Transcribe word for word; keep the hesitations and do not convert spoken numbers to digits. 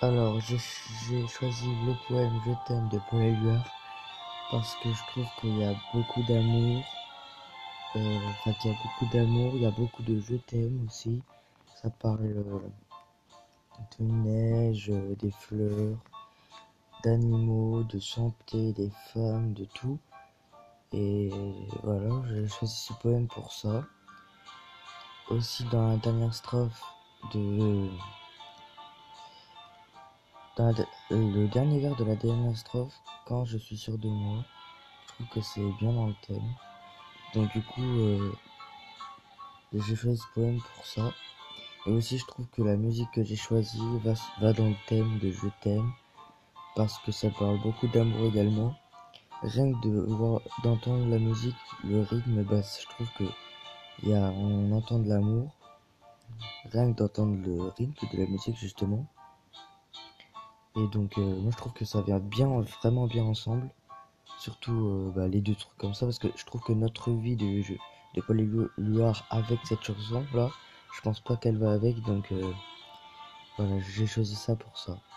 Alors, j'ai j'ai choisi le poème Je t'aime de Paul Éluard parce que je trouve qu'il y a beaucoup d'amour, euh, enfin qu'il y a beaucoup d'amour, il y a beaucoup de je t'aime aussi. Ça parle euh, de neige, euh, des fleurs, d'animaux, de santé, des femmes, de tout. Et voilà, j'ai choisi ce poème pour ça. Aussi dans la dernière strophe de... Dans la de- le dernier vers de la dernière strophe, quand je suis sûr de moi, je trouve que c'est bien dans le thème. Donc du coup, euh, j'ai choisi ce poème pour ça. Et aussi, je trouve que la musique que j'ai choisie va, va dans le thème de Je t'aime, parce que ça parle beaucoup d'amour également. Rien que de voir, d'entendre la musique, le rythme, bah, je trouve que y a, on entend de l'amour. Rien que d'entendre le rythme de la musique, justement. Et donc, euh, moi, je trouve que ça vient bien, vraiment bien ensemble. Surtout euh, bah, les deux trucs comme ça, parce que je trouve que notre vie de, je- de Paul Éluard avec cette chanson là, je pense pas qu'elle va avec, donc euh, voilà, j'ai choisi ça pour ça.